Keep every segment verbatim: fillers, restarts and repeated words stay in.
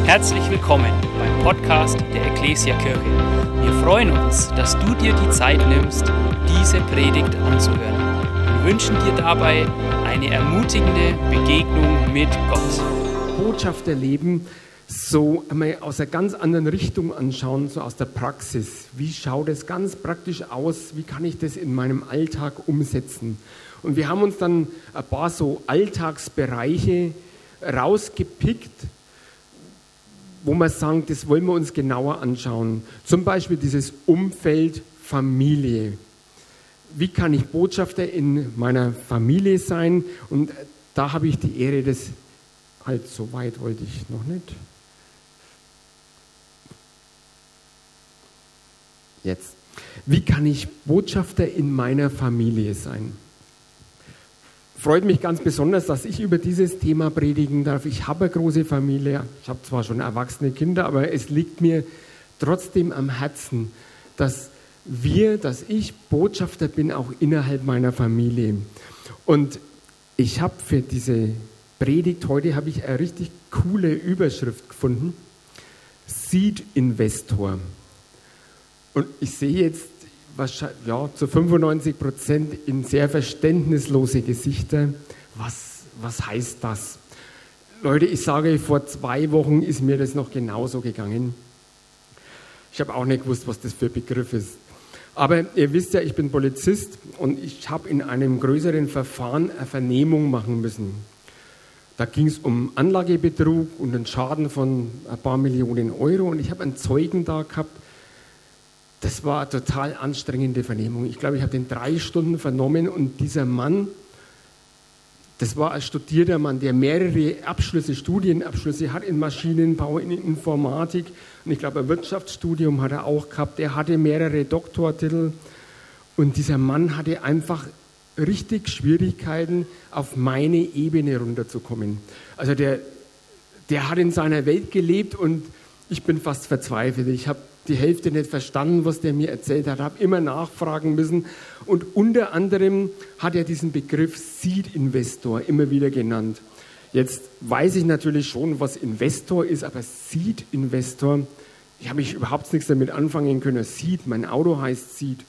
Herzlich willkommen beim Podcast der Ekklesia-Kirche. Wir freuen uns, dass du dir die Zeit nimmst, diese Predigt anzuhören und wünschen dir dabei eine ermutigende Begegnung mit Gott. Botschaft erleben, so einmal aus einer ganz anderen Richtung anschauen, so aus der Praxis. Wie schaut es ganz praktisch aus? Wie kann ich das in meinem Alltag umsetzen? Und wir haben uns dann ein paar so Alltagsbereiche rausgepickt, wo wir sagen, das wollen wir uns genauer anschauen. Zum Beispiel dieses Umfeld Familie. Wie kann ich Botschafter in meiner Familie sein? Und da habe ich die Ehre, das halt so weit wollte ich noch nicht. Jetzt. Wie kann ich Botschafter in meiner Familie sein? Freut mich ganz besonders, dass ich über dieses Thema predigen darf. Ich habe eine große Familie, ich habe zwar schon erwachsene Kinder, aber es liegt mir trotzdem am Herzen, dass wir, dass ich Botschafter bin, auch innerhalb meiner Familie. Und ich habe für diese Predigt heute habe ich eine richtig coole Überschrift gefunden: Seed Investor. Und ich sehe jetzt wahrscheinlich, ja, zu fünfundneunzig Prozent in sehr verständnislose Gesichter. Was, was heißt das? Leute, ich sage, vor zwei Wochen ist mir das noch genauso gegangen. Ich habe auch nicht gewusst, was das für ein Begriff ist. Aber ihr wisst ja, ich bin Polizist und ich habe in einem größeren Verfahren eine Vernehmung machen müssen. Da ging es um Anlagebetrug und einen Schaden von ein paar Millionen Euro. Und ich habe einen Zeugen da gehabt. Das war eine total anstrengende Vernehmung. Ich glaube, ich habe den drei Stunden vernommen und dieser Mann, das war ein studierter Mann, der mehrere Abschlüsse, Studienabschlüsse hat in Maschinenbau, in Informatik und ich glaube, ein Wirtschaftsstudium hat er auch gehabt. Er hatte mehrere Doktortitel und dieser Mann hatte einfach richtig Schwierigkeiten, auf meine Ebene runterzukommen. Also der, der hat in seiner Welt gelebt und ich bin fast verzweifelt. Ich habe die Hälfte nicht verstanden, was der mir erzählt hat, habe immer nachfragen müssen. Und unter anderem hat er diesen Begriff Seed Investor immer wieder genannt. Jetzt weiß ich natürlich schon, was Investor ist, aber Seed Investor, ich habe mich überhaupt nichts damit anfangen können. Seed, mein Auto heißt Seed.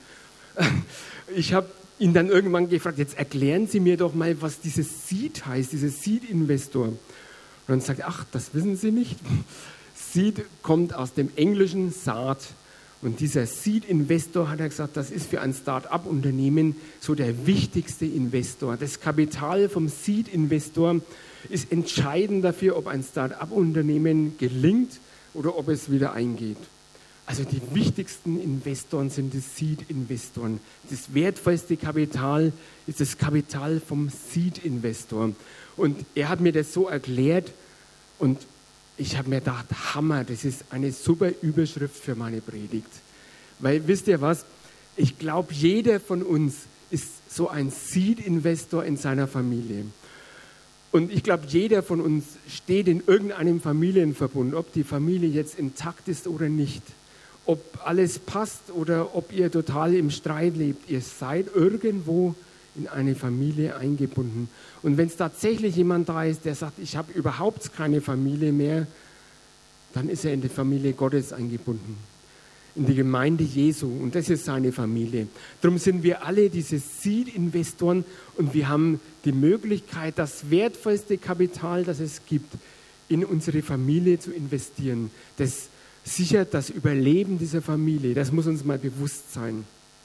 Ich habe ihn dann irgendwann gefragt, jetzt erklären Sie mir doch mal, was dieses Seed heißt, dieses Seed Investor. Und dann sagt er, ach, das wissen Sie nicht. Seed kommt aus dem englischen Saat. Und dieser Seed-Investor, hat er gesagt, das ist für ein Start-up-Unternehmen so der wichtigste Investor. Das Kapital vom Seed-Investor ist entscheidend dafür, ob ein Start-up-Unternehmen gelingt oder ob es wieder eingeht. Also die wichtigsten Investoren sind die Seed-Investoren. Das wertvollste Kapital ist das Kapital vom Seed-Investor. Und er hat mir das so erklärt und ich habe mir gedacht, Hammer, das ist eine super Überschrift für meine Predigt. Weil, wisst ihr was, ich glaube, jeder von uns ist so ein Seed-Investor in seiner Familie. Und ich glaube, jeder von uns steht in irgendeinem Familienverbund, ob die Familie jetzt intakt ist oder nicht, ob alles passt oder ob ihr total im Streit lebt. Ihr seid irgendwo in eine Familie eingebunden. Und wenn es tatsächlich jemand da ist, der sagt, ich habe überhaupt keine Familie mehr, dann ist er in die Familie Gottes eingebunden, in die Gemeinde Jesu. Und das ist seine Familie. Darum sind wir alle diese Seed-Investoren und wir haben die Möglichkeit, das wertvollste Kapital, das es gibt, in unsere Familie zu investieren. Das sichert das Überleben dieser Familie. Das muss uns mal bewusst sein.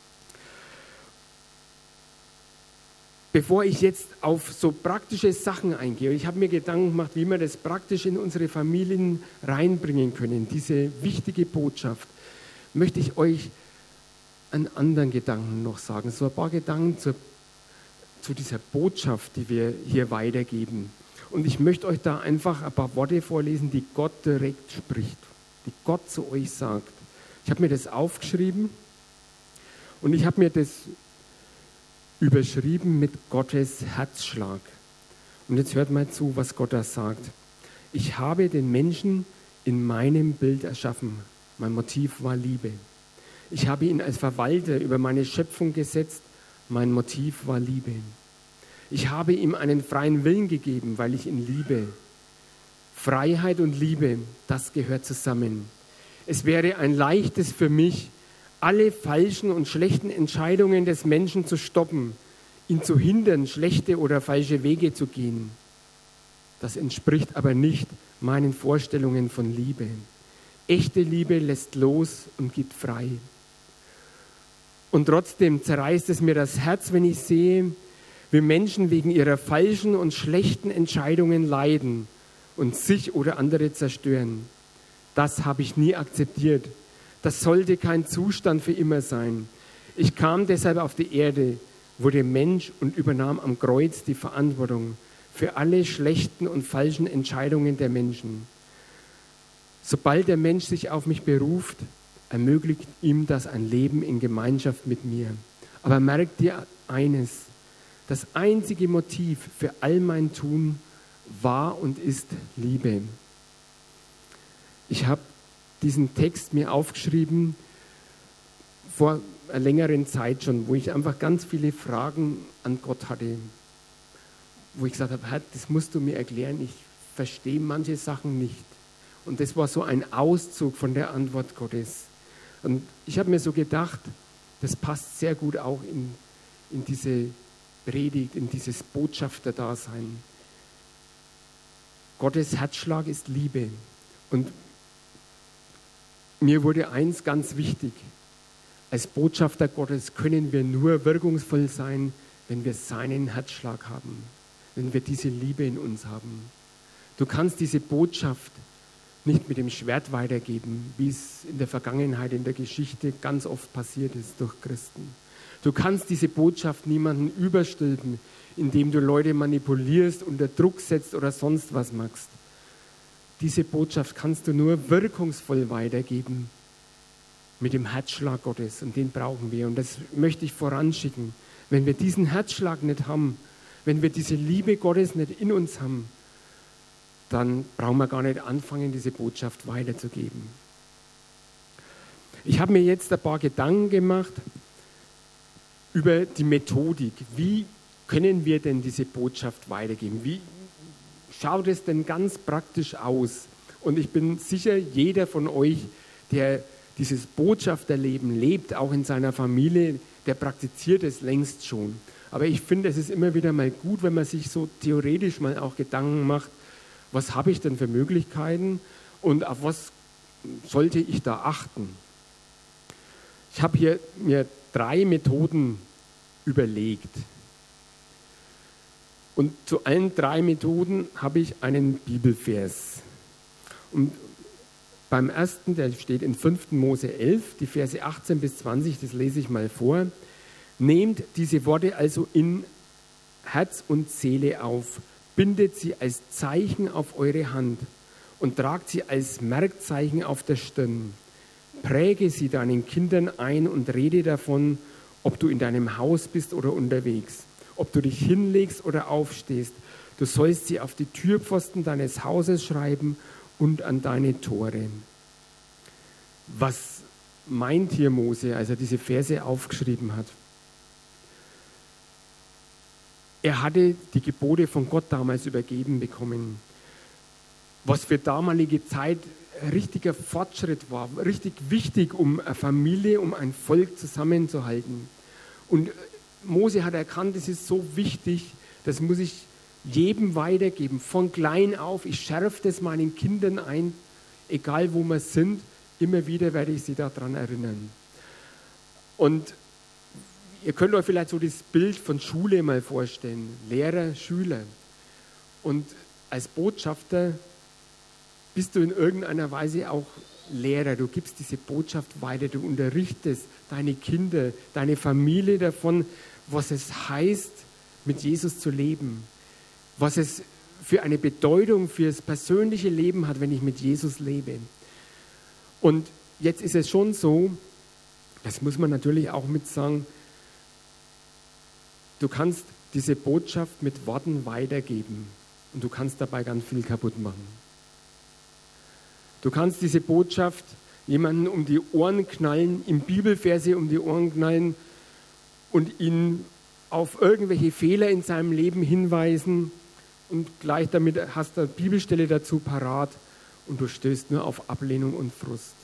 Bevor ich jetzt auf so praktische Sachen eingehe, ich habe mir Gedanken gemacht, wie wir das praktisch in unsere Familien reinbringen können, diese wichtige Botschaft, möchte ich euch einen anderen Gedanken noch sagen, so ein paar Gedanken zur, zu dieser Botschaft, die wir hier weitergeben. Und ich möchte euch da einfach ein paar Worte vorlesen, die Gott direkt spricht, die Gott zu euch sagt. Ich habe mir das aufgeschrieben und ich habe mir das überschrieben mit Gottes Herzschlag. Und jetzt hört mal zu, was Gott da sagt. Ich habe den Menschen in meinem Bild erschaffen. Mein Motiv war Liebe. Ich habe ihn als Verwalter über meine Schöpfung gesetzt. Mein Motiv war Liebe. Ich habe ihm einen freien Willen gegeben, weil ich ihn liebe. Freiheit und Liebe, das gehört zusammen. Es wäre ein leichtes für mich, alle falschen und schlechten Entscheidungen des Menschen zu stoppen, ihn zu hindern, schlechte oder falsche Wege zu gehen. Das entspricht aber nicht meinen Vorstellungen von Liebe. Echte Liebe lässt los und gibt frei. Und trotzdem zerreißt es mir das Herz, wenn ich sehe, wie Menschen wegen ihrer falschen und schlechten Entscheidungen leiden und sich oder andere zerstören. Das habe ich nie akzeptiert. Das sollte kein Zustand für immer sein. Ich kam deshalb auf die Erde, wurde Mensch und übernahm am Kreuz die Verantwortung für alle schlechten und falschen Entscheidungen der Menschen. Sobald der Mensch sich auf mich beruft, ermöglicht ihm das ein Leben in Gemeinschaft mit mir. Aber merk dir eines, das einzige Motiv für all mein Tun war und ist Liebe. Ich habe diesen Text mir aufgeschrieben vor einer längeren Zeit schon, wo ich einfach ganz viele Fragen an Gott hatte, wo ich gesagt habe, Herr, das musst du mir erklären, ich verstehe manche Sachen nicht. Und das war so ein Auszug von der Antwort Gottes. Und ich habe mir so gedacht, das passt sehr gut auch in, in diese Predigt, in dieses Botschafterdasein. Gottes Herzschlag ist Liebe. Und mir wurde eins ganz wichtig. Als Botschafter Gottes können wir nur wirkungsvoll sein, wenn wir seinen Herzschlag haben, wenn wir diese Liebe in uns haben. Du kannst diese Botschaft nicht mit dem Schwert weitergeben, wie es in der Vergangenheit, in der Geschichte ganz oft passiert ist durch Christen. Du kannst diese Botschaft niemandem überstülpen, indem du Leute manipulierst, unter Druck setzt oder sonst was machst. Diese Botschaft kannst du nur wirkungsvoll weitergeben mit dem Herzschlag Gottes und den brauchen wir. Und das möchte ich voranschicken. Wenn wir diesen Herzschlag nicht haben, wenn wir diese Liebe Gottes nicht in uns haben, dann brauchen wir gar nicht anfangen, diese Botschaft weiterzugeben. Ich habe mir jetzt ein paar Gedanken gemacht über die Methodik. Wie können wir denn diese Botschaft weitergeben? Wie schaut es denn ganz praktisch aus? Und ich bin sicher, jeder von euch, der dieses Botschafterleben lebt, auch in seiner Familie, der praktiziert es längst schon. Aber ich finde, es ist immer wieder mal gut, wenn man sich so theoretisch mal auch Gedanken macht, was habe ich denn für Möglichkeiten und auf was sollte ich da achten? Ich habe hier mir drei Methoden überlegt. Und zu allen drei Methoden habe ich einen Bibelvers. Und beim ersten, der steht in fünften Mose elf, die Verse achtzehn bis zwanzig, das lese ich mal vor. Nehmt diese Worte also in Herz und Seele auf, bindet sie als Zeichen auf eure Hand und tragt sie als Merkzeichen auf der Stirn. Präge sie deinen Kindern ein und rede davon, ob du in deinem Haus bist oder unterwegs, ob du dich hinlegst oder aufstehst. Du sollst sie auf die Türpfosten deines Hauses schreiben und an deine Tore. Was meint hier Mose, als er diese Verse aufgeschrieben hat? Er hatte die Gebote von Gott damals übergeben bekommen, was für damalige Zeit richtiger Fortschritt war, richtig wichtig, um eine Familie, um ein Volk zusammenzuhalten. Und Mose hat erkannt, das ist so wichtig, das muss ich jedem weitergeben, von klein auf. Ich schärfe das meinen Kindern ein, egal wo wir sind, immer wieder werde ich sie daran erinnern. Und ihr könnt euch vielleicht so das Bild von Schule mal vorstellen, Lehrer, Schüler. Und als Botschafter bist du in irgendeiner Weise auch Lehrer. Du gibst diese Botschaft weiter, du unterrichtest deine Kinder, deine Familie davon, was es heißt, mit Jesus zu leben. Was es für eine Bedeutung für das persönliche Leben hat, wenn ich mit Jesus lebe. Und jetzt ist es schon so, das muss man natürlich auch mit sagen, du kannst diese Botschaft mit Worten weitergeben und du kannst dabei ganz viel kaputt machen. Du kannst diese Botschaft jemanden um die Ohren knallen, ihm Bibelverse um die Ohren knallen und ihn auf irgendwelche Fehler in seinem Leben hinweisen und gleich damit hast du eine Bibelstelle dazu parat und du stößt nur auf Ablehnung und Frust.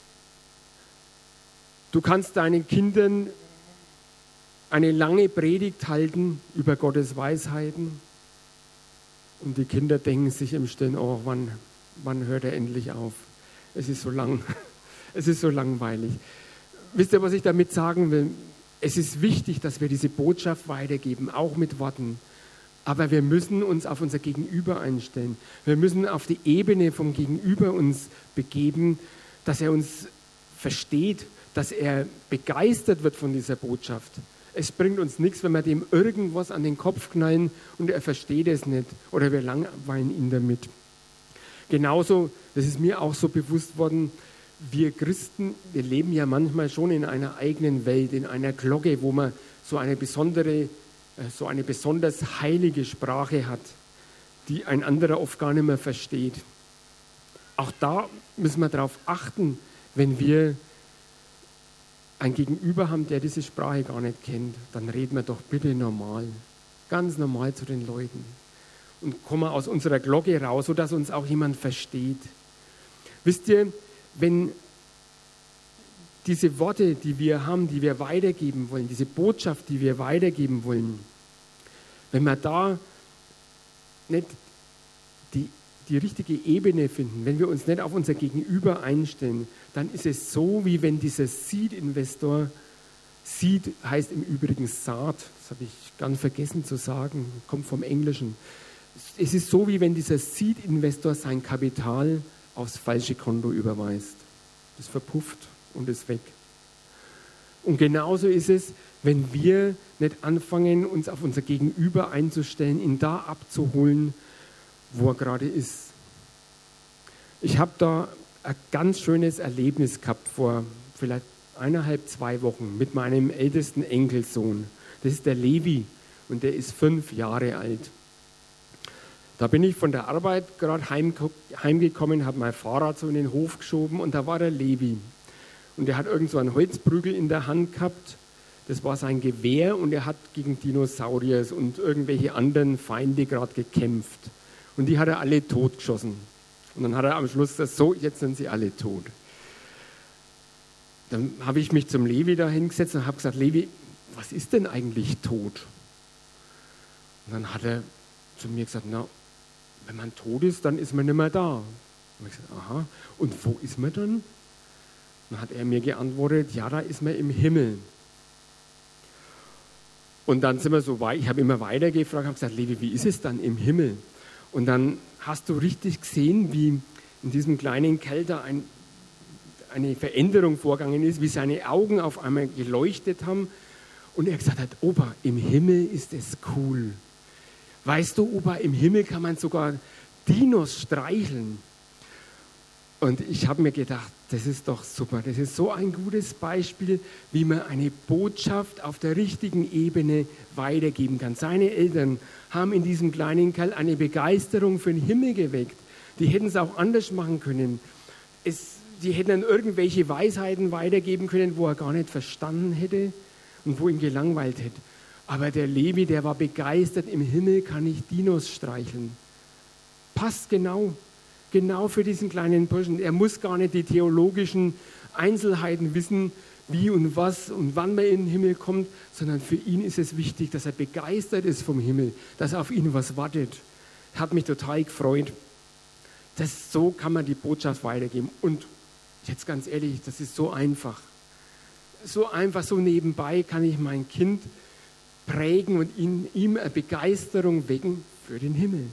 Du kannst deinen Kindern eine lange Predigt halten über Gottes Weisheiten und die Kinder denken sich im Stillen, oh, wann, wann hört er endlich auf? Es ist so lang, es ist so langweilig. Wisst ihr, was ich damit sagen will? Es ist wichtig, dass wir diese Botschaft weitergeben, auch mit Worten. Aber wir müssen uns auf unser Gegenüber einstellen. Wir müssen auf die Ebene vom Gegenüber uns begeben, dass er uns versteht, dass er begeistert wird von dieser Botschaft. Es bringt uns nichts, wenn wir dem irgendwas an den Kopf knallen und er versteht es nicht oder wir langweilen ihn damit. Genauso, das ist mir auch so bewusst worden, wir Christen, wir leben ja manchmal schon in einer eigenen Welt, in einer Glocke, wo man so eine besondere, so eine besonders heilige Sprache hat, die ein anderer oft gar nicht mehr versteht. Auch da müssen wir darauf achten, wenn wir ein Gegenüber haben, der diese Sprache gar nicht kennt, dann reden wir doch bitte normal, ganz normal zu den Leuten und kommen aus unserer Glocke raus, sodass uns auch jemand versteht. Wisst ihr, wenn diese Worte, die wir haben, die wir weitergeben wollen, diese Botschaft, die wir weitergeben wollen, wenn wir da nicht die, die richtige Ebene finden, wenn wir uns nicht auf unser Gegenüber einstellen, dann ist es so, wie wenn dieser Seed-Investor, Seed heißt im Übrigen Saat, das habe ich ganz vergessen zu sagen, kommt vom Englischen. Es ist so, wie wenn dieser Seed-Investor sein Kapital aufs falsche Konto überweist. Das verpufft und ist weg. Und genauso ist es, wenn wir nicht anfangen, uns auf unser Gegenüber einzustellen, ihn da abzuholen, wo er gerade ist. Ich habe da ein ganz schönes Erlebnis gehabt vor vielleicht eineinhalb, zwei Wochen mit meinem ältesten Enkelsohn. Das ist der Levi und der ist fünf Jahre alt. Da bin ich von der Arbeit gerade heim, heimgekommen, habe mein Fahrrad so in den Hof geschoben und da war der Levi. Und der hat irgend so einen Holzprügel in der Hand gehabt. Das war sein Gewehr und er hat gegen Dinosaurier und irgendwelche anderen Feinde gerade gekämpft. Und die hat er alle totgeschossen. Und dann hat er am Schluss gesagt, so, jetzt sind sie alle tot. Dann habe ich mich zum Levi da hingesetzt und habe gesagt, Levi, was ist denn eigentlich tot? Und dann hat er zu mir gesagt, na, wenn man tot ist, dann ist man nicht mehr da. Und ich gesagt, aha, und wo ist man dann? Dann hat er mir geantwortet, ja, da ist man im Himmel. Und dann sind wir so weit, ich habe immer weiter gefragt, habe gesagt, Levi, wie ist es dann im Himmel? Und dann hast du richtig gesehen, wie in diesem kleinen Kerl da ein, eine Veränderung vorgegangen ist, wie seine Augen auf einmal geleuchtet haben. Und er gesagt hat, Opa, im Himmel ist es cool. Weißt du, Opa, im Himmel kann man sogar Dinos streicheln. Und ich habe mir gedacht, das ist doch super. Das ist so ein gutes Beispiel, wie man eine Botschaft auf der richtigen Ebene weitergeben kann. Seine Eltern haben in diesem kleinen Kerl eine Begeisterung für den Himmel geweckt. Die hätten es auch anders machen können. Es, die hätten dann irgendwelche Weisheiten weitergeben können, wo er gar nicht verstanden hätte und wo ihn gelangweilt hätte. Aber der Levi, der war begeistert, im Himmel kann ich Dinos streicheln. Passt genau. Genau für diesen kleinen Burschen. Er muss gar nicht die theologischen Einzelheiten wissen, wie und was und wann man in den Himmel kommt, sondern für ihn ist es wichtig, dass er begeistert ist vom Himmel, dass auf ihn was wartet. Hat mich total gefreut. Das, so kann man die Botschaft weitergeben. Und jetzt ganz ehrlich, das ist so einfach. So einfach, so nebenbei kann ich mein Kind prägen und in ihm eine Begeisterung wecken für den Himmel.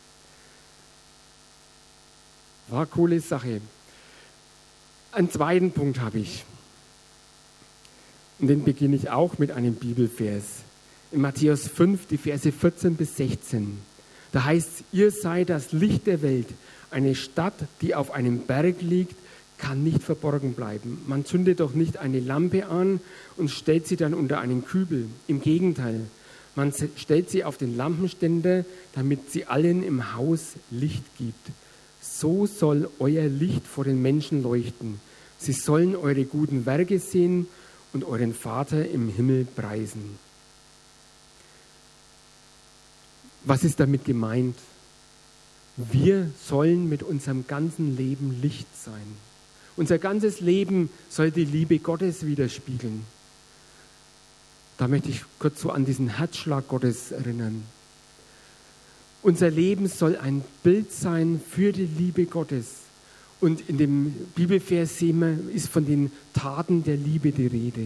War eine coole Sache. Einen zweiten Punkt habe ich. Und den beginne ich auch mit einem Bibelvers. In Matthäus fünf, die Verse vierzehn bis sechzehn. Da heißt es, ihr seid das Licht der Welt. Eine Stadt, die auf einem Berg liegt, kann nicht verborgen bleiben. Man zündet doch nicht eine Lampe an und stellt sie dann unter einen Kübel. Im Gegenteil, man stellt sie auf den Lampenständer, damit sie allen im Haus Licht gibt. So soll euer Licht vor den Menschen leuchten. Sie sollen eure guten Werke sehen und euren Vater im Himmel preisen. Was ist damit gemeint? Wir sollen mit unserem ganzen Leben Licht sein. Unser ganzes Leben soll die Liebe Gottes widerspiegeln. Da möchte ich kurz so an diesen Herzschlag Gottes erinnern. Unser Leben soll ein Bild sein für die Liebe Gottes. Und in dem Bibelvers sehen wir, ist von den Taten der Liebe die Rede.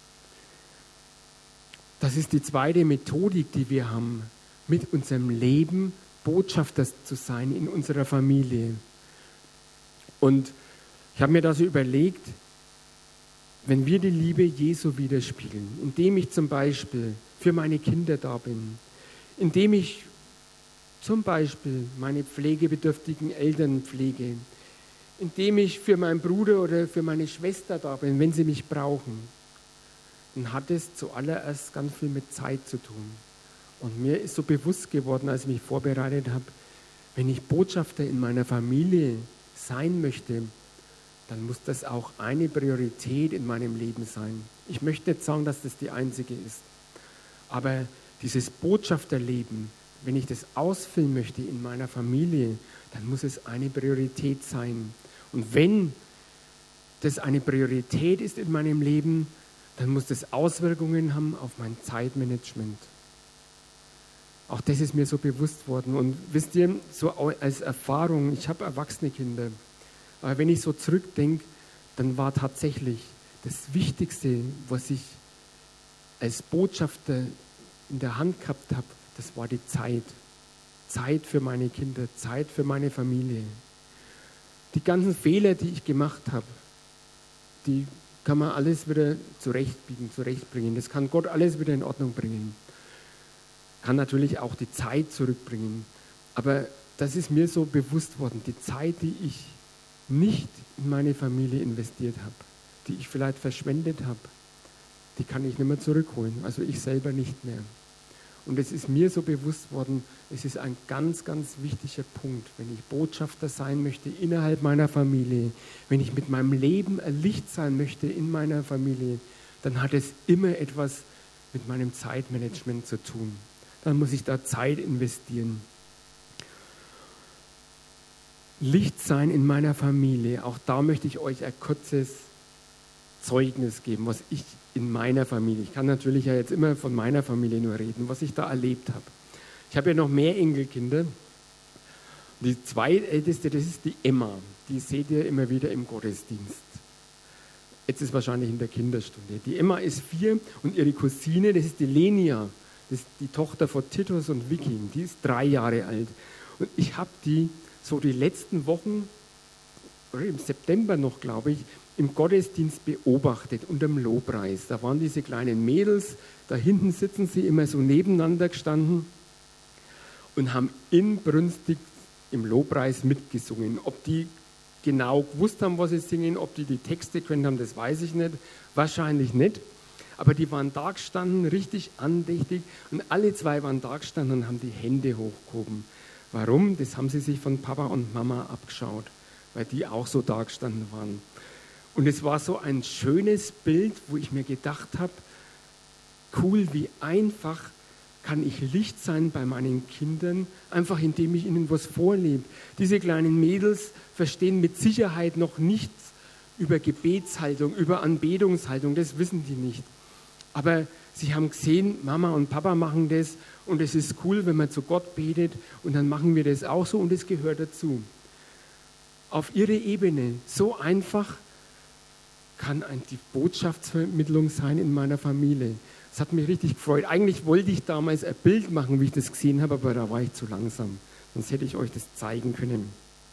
Das ist die zweite Methodik, die wir haben, mit unserem Leben Botschafter zu sein in unserer Familie. Und ich habe mir da so überlegt, wenn wir die Liebe Jesu widerspiegeln, indem ich zum Beispiel für meine Kinder da bin, indem ich zum Beispiel meine pflegebedürftigen Eltern pflege, indem ich für meinen Bruder oder für meine Schwester da bin, wenn sie mich brauchen, dann hat es zuallererst ganz viel mit Zeit zu tun. Und mir ist so bewusst geworden, als ich mich vorbereitet habe, wenn ich Botschafter in meiner Familie sein möchte, dann muss das auch eine Priorität in meinem Leben sein. Ich möchte nicht sagen, dass das die einzige ist, aber dieses Botschafterleben, wenn ich das ausfüllen möchte in meiner Familie, dann muss es eine Priorität sein. Und wenn das eine Priorität ist in meinem Leben, dann muss das Auswirkungen haben auf mein Zeitmanagement. Auch das ist mir so bewusst worden. Und wisst ihr, so als Erfahrung, ich habe erwachsene Kinder, aber wenn ich so zurückdenke, dann war tatsächlich das Wichtigste, was ich als Botschafter in der Hand gehabt habe, das war die Zeit. Zeit für meine Kinder, Zeit für meine Familie. Die ganzen Fehler, die ich gemacht habe, die kann man alles wieder zurechtbiegen, zurechtbringen. Das kann Gott alles wieder in Ordnung bringen. Kann natürlich auch die Zeit zurückbringen. Aber das ist mir so bewusst worden, die Zeit, die ich nicht in meine Familie investiert habe, die ich vielleicht verschwendet habe, die kann ich nicht mehr zurückholen. Also ich selber nicht mehr. Und es ist mir so bewusst worden, es ist ein ganz, ganz wichtiger Punkt, wenn ich Botschafter sein möchte innerhalb meiner Familie, wenn ich mit meinem Leben ein Licht sein möchte in meiner Familie, dann hat es immer etwas mit meinem Zeitmanagement zu tun. Dann muss ich da Zeit investieren. Licht sein in meiner Familie, auch da möchte ich euch ein kurzes Zeugnis geben, was ich in meiner Familie, ich kann natürlich ja jetzt immer von meiner Familie nur reden, was ich da erlebt habe. Ich habe ja noch mehr Enkelkinder. Die zweitälteste, das ist die Emma, die seht ihr immer wieder im Gottesdienst. Jetzt ist wahrscheinlich in der Kinderstunde. Die Emma ist vier und ihre Cousine, das ist die Lenia, das ist die Tochter von Titus und Vicky, die ist drei Jahre alt. Und ich habe die so die letzten Wochen, oder im September noch, glaube ich, im Gottesdienst beobachtet, unterm Lobpreis. Da waren diese kleinen Mädels, da hinten sitzen sie immer so nebeneinander gestanden und haben inbrünstig im Lobpreis mitgesungen. Ob die genau gewusst haben, was sie singen, ob die die Texte können haben, das weiß ich nicht. Wahrscheinlich nicht. Aber die waren da gestanden, richtig andächtig und alle zwei waren da gestanden und haben die Hände hochgehoben. Warum? Das haben sie sich von Papa und Mama abgeschaut, weil die auch so da gestanden waren. Und es war so ein schönes Bild, wo ich mir gedacht habe, cool, wie einfach kann ich Licht sein bei meinen Kindern, einfach indem ich ihnen was vorlebe. Diese kleinen Mädels verstehen mit Sicherheit noch nichts über Gebetshaltung, über Anbetungshaltung, das wissen die nicht. Aber sie haben gesehen, Mama und Papa machen das und es ist cool, wenn man zu Gott betet und dann machen wir das auch so und es gehört dazu. Auf ihre Ebene, so einfach kann die Botschaftsvermittlung sein in meiner Familie. Das hat mich richtig gefreut. Eigentlich wollte ich damals ein Bild machen, wie ich das gesehen habe, aber da war ich zu langsam. Sonst hätte ich euch das zeigen können.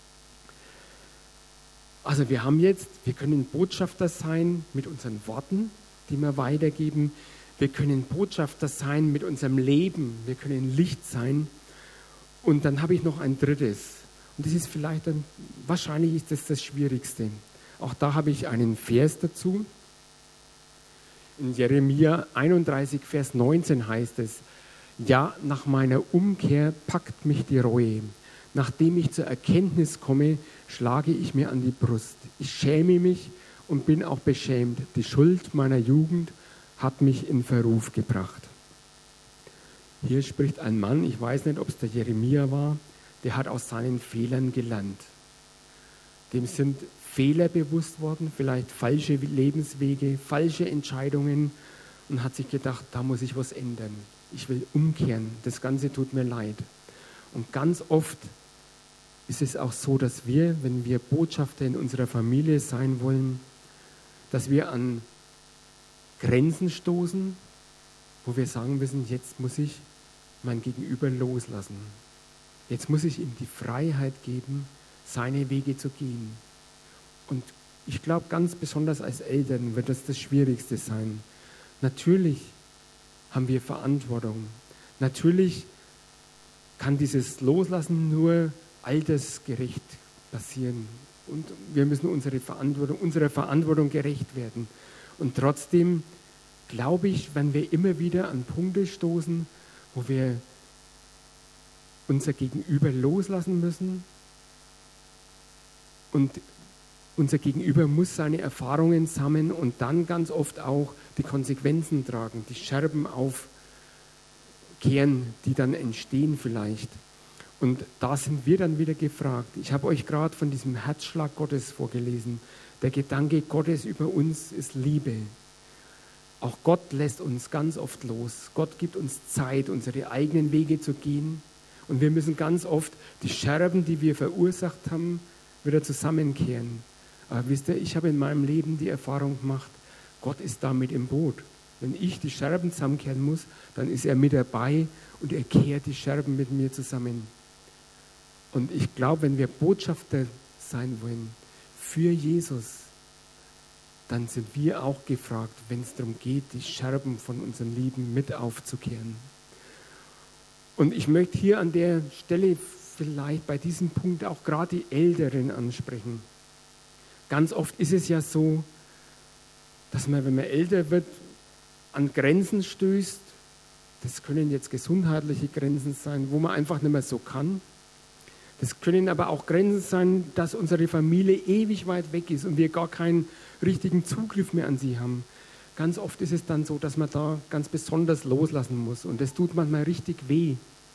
Also wir haben jetzt, wir können Botschafter sein mit unseren Worten, die wir weitergeben. Wir können Botschafter sein mit unserem Leben. Wir können Licht sein. Und dann habe ich noch ein drittes. Und das ist vielleicht, ein, wahrscheinlich ist das das Schwierigste. Auch da habe ich einen Vers dazu. In Jeremia einunddreißig, Vers neunzehn heißt es, ja, nach meiner Umkehr packt mich die Reue. Nachdem ich zur Erkenntnis komme, schlage ich mir an die Brust. Ich schäme mich und bin auch beschämt. Die Schuld meiner Jugend hat mich in Verruf gebracht. Hier spricht ein Mann, ich weiß nicht, ob es der Jeremia war, der hat aus seinen Fehlern gelernt. Dem sind Fehler bewusst worden, vielleicht falsche Lebenswege, falsche Entscheidungen und hat sich gedacht, da muss ich was ändern. Ich will umkehren, das Ganze tut mir leid. Und ganz oft ist es auch so, dass wir, wenn wir Botschafter in unserer Familie sein wollen, dass wir an Grenzen stoßen, wo wir sagen müssen, jetzt muss ich mein Gegenüber loslassen. Jetzt muss ich ihm die Freiheit geben, seine Wege zu gehen. Und ich glaube, ganz besonders als Eltern wird das das Schwierigste sein. Natürlich haben wir Verantwortung. Natürlich kann dieses Loslassen nur altersgerecht passieren. Und wir müssen unsere Verantwortung, unserer Verantwortung gerecht werden. Und trotzdem glaube ich, wenn wir immer wieder an Punkte stoßen, wo wir unser Gegenüber loslassen müssen und unser Gegenüber muss seine Erfahrungen sammeln und dann ganz oft auch die Konsequenzen tragen, die Scherben aufkehren, die dann entstehen vielleicht. Und da sind wir dann wieder gefragt. Ich habe euch gerade von diesem Herzschlag Gottes vorgelesen. Der Gedanke Gottes über uns ist Liebe. Auch Gott lässt uns ganz oft los. Gott gibt uns Zeit, unsere eigenen Wege zu gehen. Und wir müssen ganz oft die Scherben, die wir verursacht haben, wieder zusammenkehren. Aber wisst ihr, ich habe in meinem Leben die Erfahrung gemacht, Gott ist da mit im Boot. Wenn ich die Scherben zusammenkehren muss, dann ist er mit dabei und er kehrt die Scherben mit mir zusammen. Und ich glaube, wenn wir Botschafter sein wollen für Jesus, dann sind wir auch gefragt, wenn es darum geht, die Scherben von unseren Lieben mit aufzukehren. Und ich möchte hier an der Stelle vielleicht bei diesem Punkt auch gerade die Älteren ansprechen. Ganz oft ist es ja so, dass man, wenn man älter wird, an Grenzen stößt. Das können jetzt gesundheitliche Grenzen sein, wo man einfach nicht mehr so kann. Das können aber auch Grenzen sein, dass unsere Familie ewig weit weg ist und wir gar keinen richtigen Zugriff mehr an sie haben. Ganz oft ist es dann so, dass man da ganz besonders loslassen muss und das tut manchmal richtig weh.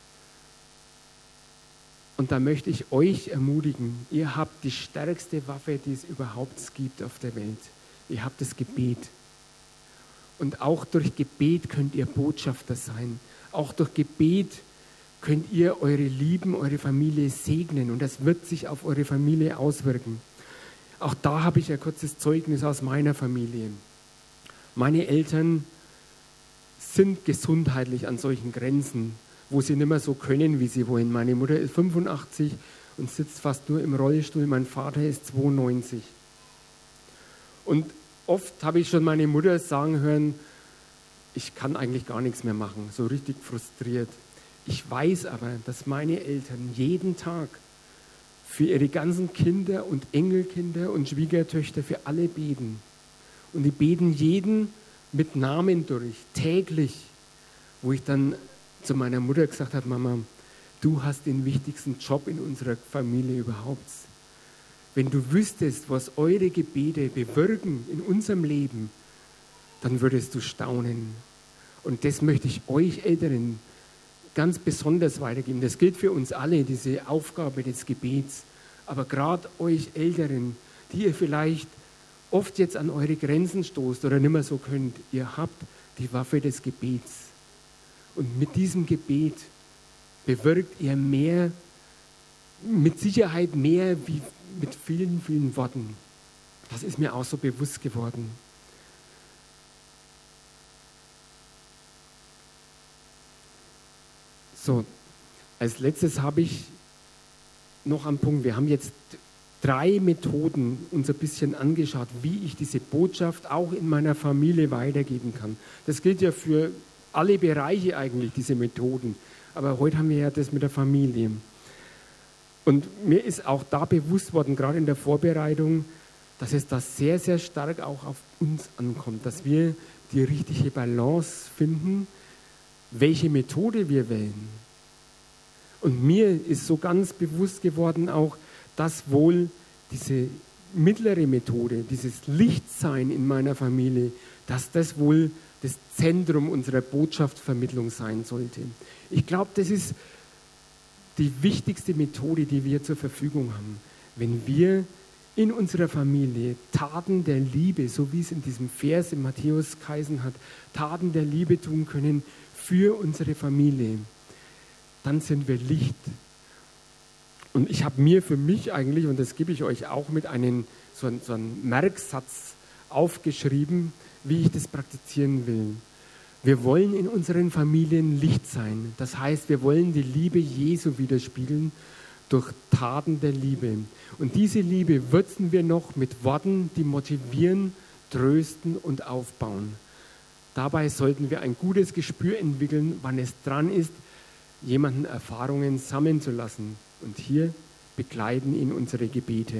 Und da möchte ich euch ermutigen, ihr habt die stärkste Waffe, die es überhaupt gibt auf der Welt. Ihr habt das Gebet. Und auch durch Gebet könnt ihr Botschafter sein. Auch durch Gebet könnt ihr eure Lieben, eure Familie segnen und das wird sich auf eure Familie auswirken. Auch da habe ich ein kurzes Zeugnis aus meiner Familie. Meine Eltern sind gesundheitlich an solchen Grenzen, wo sie nicht mehr so können, wie sie wollen. Meine Mutter ist fünfundachtzig und sitzt fast nur im Rollstuhl. Mein Vater ist zweiundneunzig. Und oft habe ich schon meine Mutter sagen hören, ich kann eigentlich gar nichts mehr machen, so richtig frustriert. Ich weiß aber, dass meine Eltern jeden Tag für ihre ganzen Kinder und Enkelkinder und Schwiegertöchter für alle beten. Und die beten jeden mit Namen durch, täglich, wo ich dann zu meiner Mutter gesagt habe, Mama, du hast den wichtigsten Job in unserer Familie überhaupt. Wenn du wüsstest, was eure Gebete bewirken in unserem Leben, dann würdest du staunen. Und das möchte ich euch Älteren ganz besonders weitergeben. Das gilt für uns alle, diese Aufgabe des Gebets. Aber gerade euch Älteren, die ihr vielleicht oft jetzt an eure Grenzen stoßt oder nicht mehr so könnt, ihr habt die Waffe des Gebets. Und mit diesem Gebet bewirkt ihr mehr, mit Sicherheit mehr wie mit vielen, vielen Worten. Das ist mir auch so bewusst geworden. So, als letztes habe ich noch einen Punkt. Wir haben jetzt drei Methoden uns ein bisschen angeschaut, wie ich diese Botschaft auch in meiner Familie weitergeben kann. Das gilt ja für alle Bereiche eigentlich, diese Methoden. Aber heute haben wir ja das mit der Familie. Und mir ist auch da bewusst worden, gerade in der Vorbereitung, dass es da sehr, sehr stark auch auf uns ankommt, dass wir die richtige Balance finden, welche Methode wir wählen. Und mir ist so ganz bewusst geworden auch, dass wohl diese mittlere Methode, dieses Lichtsein in meiner Familie, dass das wohl das Zentrum unserer Botschaftsvermittlung sein sollte. Ich glaube, das ist die wichtigste Methode, die wir zur Verfügung haben. Wenn wir in unserer Familie Taten der Liebe, so wie es in diesem Vers in Matthäus geheißen hat, Taten der Liebe tun können für unsere Familie, dann sind wir Licht. Und ich habe mir für mich eigentlich, und das gebe ich euch auch mit, einen, so, einen, so einen Merksatz aufgeschrieben, wie ich das praktizieren will. Wir wollen in unseren Familien Licht sein. Das heißt, wir wollen die Liebe Jesu widerspiegeln durch Taten der Liebe. Und diese Liebe würzen wir noch mit Worten, die motivieren, trösten und aufbauen. Dabei sollten wir ein gutes Gespür entwickeln, wann es dran ist, jemanden Erfahrungen sammeln zu lassen. Und hier begleiten ihn unsere Gebete.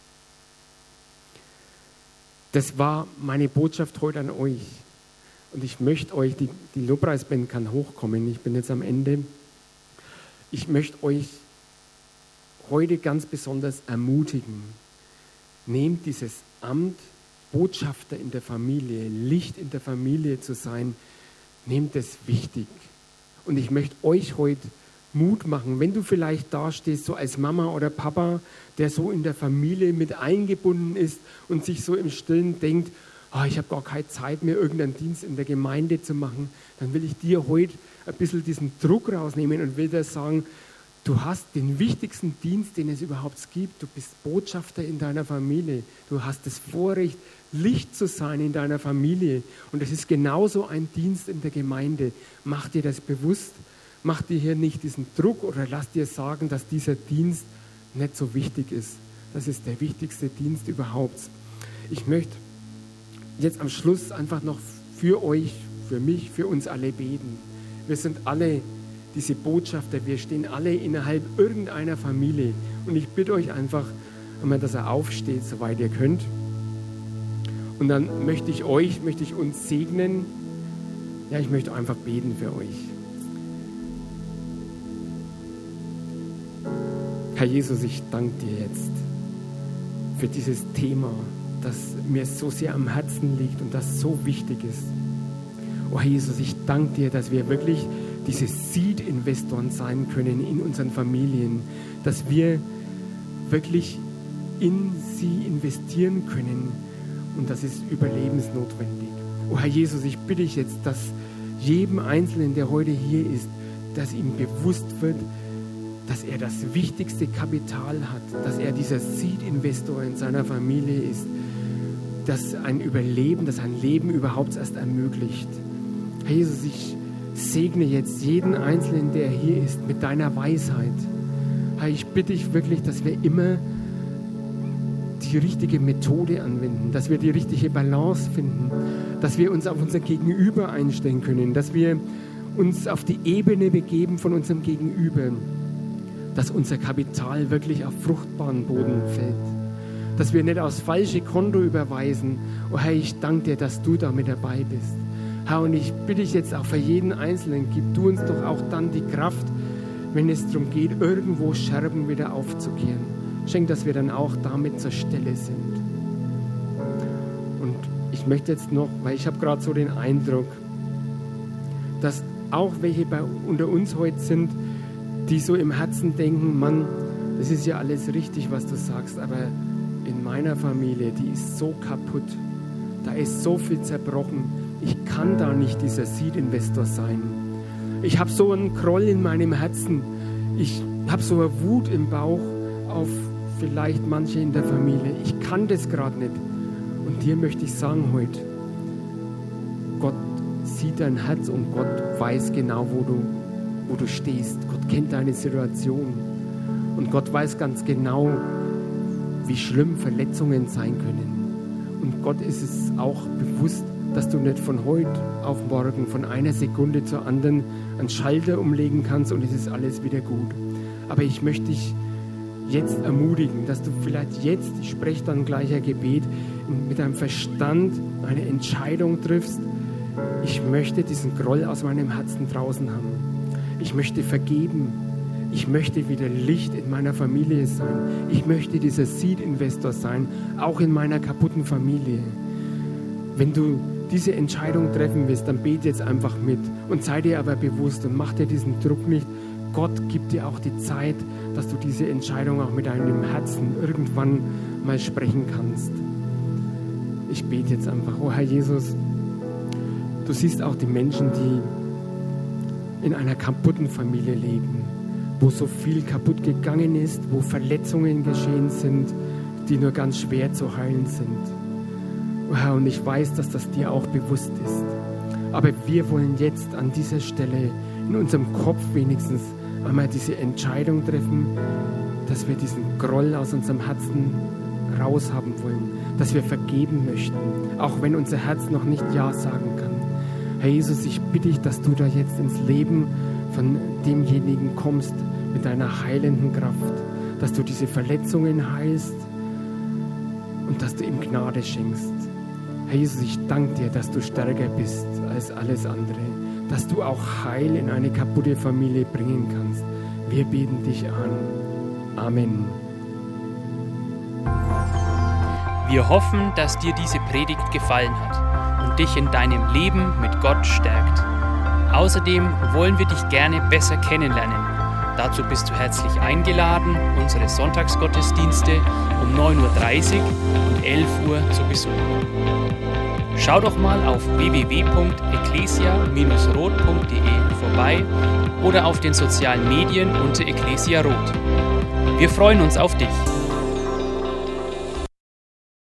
Das war meine Botschaft heute an euch. Und ich möchte euch, die, die Lobpreisband kann hochkommen, ich bin jetzt am Ende. Ich möchte euch heute ganz besonders ermutigen. Nehmt dieses Amt, Botschafter in der Familie, Licht in der Familie zu sein, nehmt es wichtig. Und ich möchte euch heute Mut machen, wenn du vielleicht dastehst, so als Mama oder Papa, der so in der Familie mit eingebunden ist und sich so im Stillen denkt, oh, ich habe gar keine Zeit mehr, irgendeinen Dienst in der Gemeinde zu machen, dann will ich dir heute ein bisschen diesen Druck rausnehmen und will dir sagen, du hast den wichtigsten Dienst, den es überhaupt gibt. Du bist Botschafter in deiner Familie. Du hast das Vorrecht, Licht zu sein in deiner Familie. Und es ist genauso ein Dienst in der Gemeinde. Mach dir das bewusst. Mach dir hier nicht diesen Druck oder lass dir sagen, dass dieser Dienst nicht so wichtig ist. Das ist der wichtigste Dienst überhaupt. Ich möchte jetzt am Schluss einfach noch für euch, für mich, für uns alle beten. Wir sind alle diese Botschafter, wir stehen alle innerhalb irgendeiner Familie. Und ich bitte euch einfach, dass ihr aufsteht, soweit ihr könnt. Und dann möchte ich euch, möchte ich uns segnen. Ja, ich möchte einfach beten für euch. Herr Jesus, ich danke dir jetzt für dieses Thema, das mir so sehr am Herzen liegt und das so wichtig ist. Oh Herr Jesus, ich danke dir, dass wir wirklich diese Seed-Investoren sein können in unseren Familien, dass wir wirklich in sie investieren können und das ist überlebensnotwendig. Oh Herr Jesus, ich bitte dich jetzt, dass jedem Einzelnen, der heute hier ist, dass ihm bewusst wird, dass er das wichtigste Kapital hat, dass er dieser Seed-Investor in seiner Familie ist, dass ein Überleben, dass ein Leben überhaupt erst ermöglicht. Herr Jesus, ich segne jetzt jeden Einzelnen, der hier ist, mit deiner Weisheit. Herr, ich bitte dich wirklich, dass wir immer die richtige Methode anwenden, dass wir die richtige Balance finden, dass wir uns auf unser Gegenüber einstellen können, dass wir uns auf die Ebene begeben von unserem Gegenüber, dass unser Kapital wirklich auf fruchtbaren Boden fällt, dass wir nicht aufs falsche Konto überweisen. Oh Herr, ich danke dir, dass du da mit dabei bist. Herr, und ich bitte dich jetzt auch für jeden Einzelnen, gib du uns doch auch dann die Kraft, wenn es darum geht, irgendwo Scherben wieder aufzukehren. Schenk, dass wir dann auch damit zur Stelle sind. Und ich möchte jetzt noch, weil ich habe gerade so den Eindruck, dass auch welche bei, unter uns heute sind, die so im Herzen denken, Mann, das ist ja alles richtig, was du sagst, aber in meiner Familie, die ist so kaputt, da ist so viel zerbrochen, ich kann da nicht dieser Seed-Investor sein. Ich habe so einen Groll in meinem Herzen, ich habe so eine Wut im Bauch auf vielleicht manche in der Familie, ich kann das gerade nicht. Und dir möchte ich sagen heute, Gott sieht dein Herz und Gott weiß genau, wo du wo du stehst. Gott kennt deine Situation und Gott weiß ganz genau, wie schlimm Verletzungen sein können. Und Gott ist es auch bewusst, dass du nicht von heute auf morgen, von einer Sekunde zur anderen einen Schalter umlegen kannst und es ist alles wieder gut. Aber ich möchte dich jetzt ermutigen, dass du vielleicht jetzt, ich spreche dann gleich ein Gebet, mit deinem Verstand eine Entscheidung triffst. Ich möchte diesen Groll aus meinem Herzen draußen haben. Ich möchte vergeben. Ich möchte wieder Licht in meiner Familie sein. Ich möchte dieser Seed-Investor sein, auch in meiner kaputten Familie. Wenn du diese Entscheidung treffen willst, dann bete jetzt einfach mit und sei dir aber bewusst und mach dir diesen Druck nicht. Gott gibt dir auch die Zeit, dass du diese Entscheidung auch mit deinem Herzen irgendwann mal sprechen kannst. Ich bete jetzt einfach, oh Herr Jesus, du siehst auch die Menschen, die in einer kaputten Familie leben, wo so viel kaputt gegangen ist, wo Verletzungen geschehen sind, die nur ganz schwer zu heilen sind. Oh Herr, und ich weiß, dass das dir auch bewusst ist. Aber wir wollen jetzt an dieser Stelle in unserem Kopf wenigstens einmal diese Entscheidung treffen, dass wir diesen Groll aus unserem Herzen raushaben wollen, dass wir vergeben möchten, auch wenn unser Herz noch nicht Ja sagen kann. Herr Jesus, ich bitte dich, dass du da jetzt ins Leben von demjenigen kommst mit deiner heilenden Kraft, dass du diese Verletzungen heilst und dass du ihm Gnade schenkst. Herr Jesus, ich danke dir, dass du stärker bist als alles andere, dass du auch Heil in eine kaputte Familie bringen kannst. Wir beten dich an. Amen. Wir hoffen, dass dir diese Predigt gefallen hat und dich in deinem Leben mit Gott stärkt. Außerdem wollen wir dich gerne besser kennenlernen. Dazu bist du herzlich eingeladen, unsere Sonntagsgottesdienste um neun Uhr dreißig und elf Uhr zu besuchen. Schau doch mal auf w w w punkt ecclesia Bindestrich rot punkt d e vorbei oder auf den sozialen Medien unter Ecclesia Rot. Wir freuen uns auf dich.